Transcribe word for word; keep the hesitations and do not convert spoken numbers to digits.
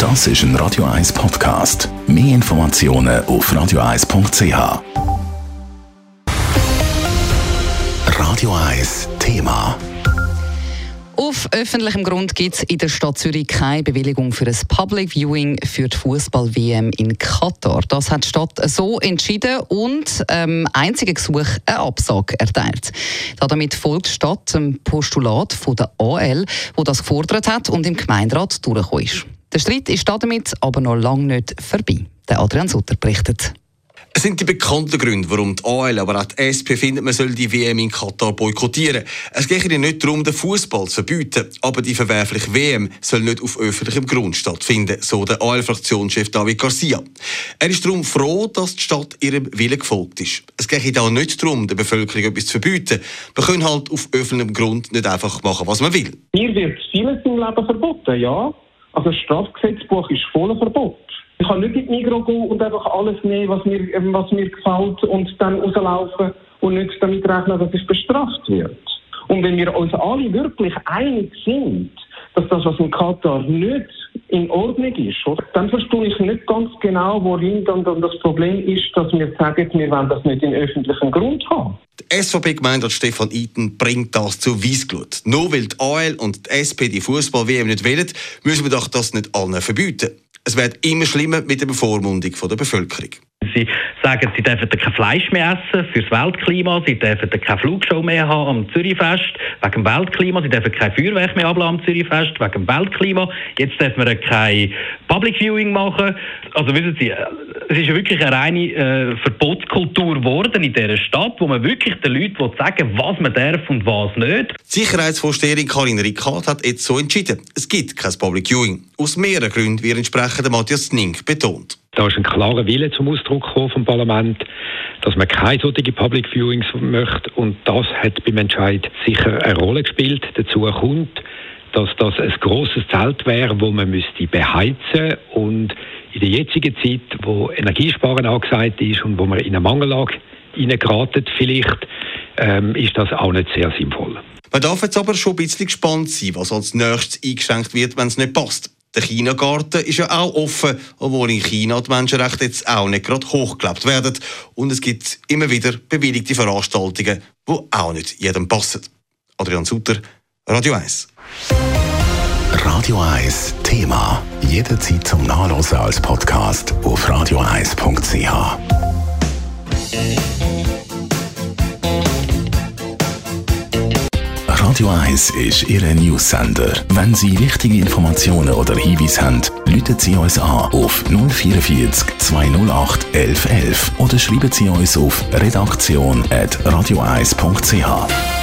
Das ist ein Radio eins Podcast. Mehr Informationen auf radio eins punkt c h. Radio eins Thema. Auf öffentlichem Grund gibt es in der Stadt Zürich keine Bewilligung für ein Public Viewing für die Fußball-W M in Katar. Das hat die Stadt so entschieden und ähm, einzige Gesuch eine Absage erteilt. Damit folgt die Stadt dem Postulat von der A L, wo das gefordert hat und im Gemeinderat durchgekommen ist. Der Streit ist damit aber noch lange nicht vorbei. Der Adrian Sutter berichtet. Es sind die bekannten Gründe, warum die A L, aber auch die S P findet, man soll die W M in Katar boykottieren. Es geht ja nicht darum, den Fußball zu verbieten, aber die verwerfliche W M soll nicht auf öffentlichem Grund stattfinden, so der A L-Fraktionschef David Garcia. Er ist darum froh, dass die Stadt ihrem Willen gefolgt ist. Es geht auch nicht darum, der Bevölkerung etwas zu verbieten. Man kann halt auf öffentlichem Grund nicht einfach machen, was man will. Mir wird vieles im Leben verboten, ja. Also das Strafgesetzbuch ist voller Verbot. Ich kann nicht in die Migros gehen und einfach alles nehmen, was mir, was mir gefällt und dann rauslaufen und nicht damit rechnen, dass es bestraft wird. Und wenn wir uns alle wirklich einig sind, dass das, was in Katar nicht in Ordnung ist, oder? Dann verstehe ich nicht ganz genau, worin dann, dann das Problem ist, dass wir sagen, wir wollen das nicht in öffentlichem Grund haben. Der S V P-Gemeinderat Stefan Iten bringt das zu Weissglut. Nur weil die A L und die S P die Fußball-W M nicht wollen, müssen wir doch das nicht allen verbieten. Es wird immer schlimmer mit der Bevormundung der Bevölkerung. Sie sagen, sie dürfen kein Fleisch mehr essen fürs Weltklima, sie dürfen keine Flugshow mehr haben am Zürichfest wegen dem Weltklima, sie dürfen kein Feuerwerk mehr ablassen am Zürichfest wegen dem Weltklima. Jetzt dürfen wir kein Public Viewing machen. Also wissen Sie, es ist wirklich eine reine äh, Verbotskultur geworden in dieser Stadt, wo man wirklich den Leuten sagen will, was man darf und was nicht. Die Sicherheitsvorsteherin Karin Rickard hat jetzt so entschieden. Es gibt kein Public Viewing. Aus mehreren Gründen, wie entsprechend Matthias Znink betont. Da ist ein klarer Wille zum Ausdruck gekommen vom Parlament, dass man keine solchen Public Viewings möchte. Und das hat beim Entscheid sicher eine Rolle gespielt. Dazu kommt, dass das ein grosses Zelt wäre, wo man müsste beheizen. Und in der jetzigen Zeit, wo Energiesparen angesagt ist und wo man in eine Mangellage hineingeraten vielleicht, ähm, ist das auch nicht sehr sinnvoll. Man darf jetzt aber schon ein bisschen gespannt sein, was als nächstes eingeschränkt wird, wenn es nicht passt. Der China-Garten ist ja auch offen, obwohl in China die Menschenrechte jetzt auch nicht gerade hochgelebt werden. Und es gibt immer wieder bewilligte Veranstaltungen, die auch nicht jedem passen. Adrian Sutter, Radio eins. Radio eins Thema. Jederzeit zum Nachlesen als Podcast auf radio eins punkt c h. Radio eins ist Ihr News-Sender. Wenn Sie wichtige Informationen oder Hinweise haben, rufen Sie uns an auf null vierundvierzig zweihundertacht elf elf oder schreiben Sie uns auf redaktion at radio eins punkt c h.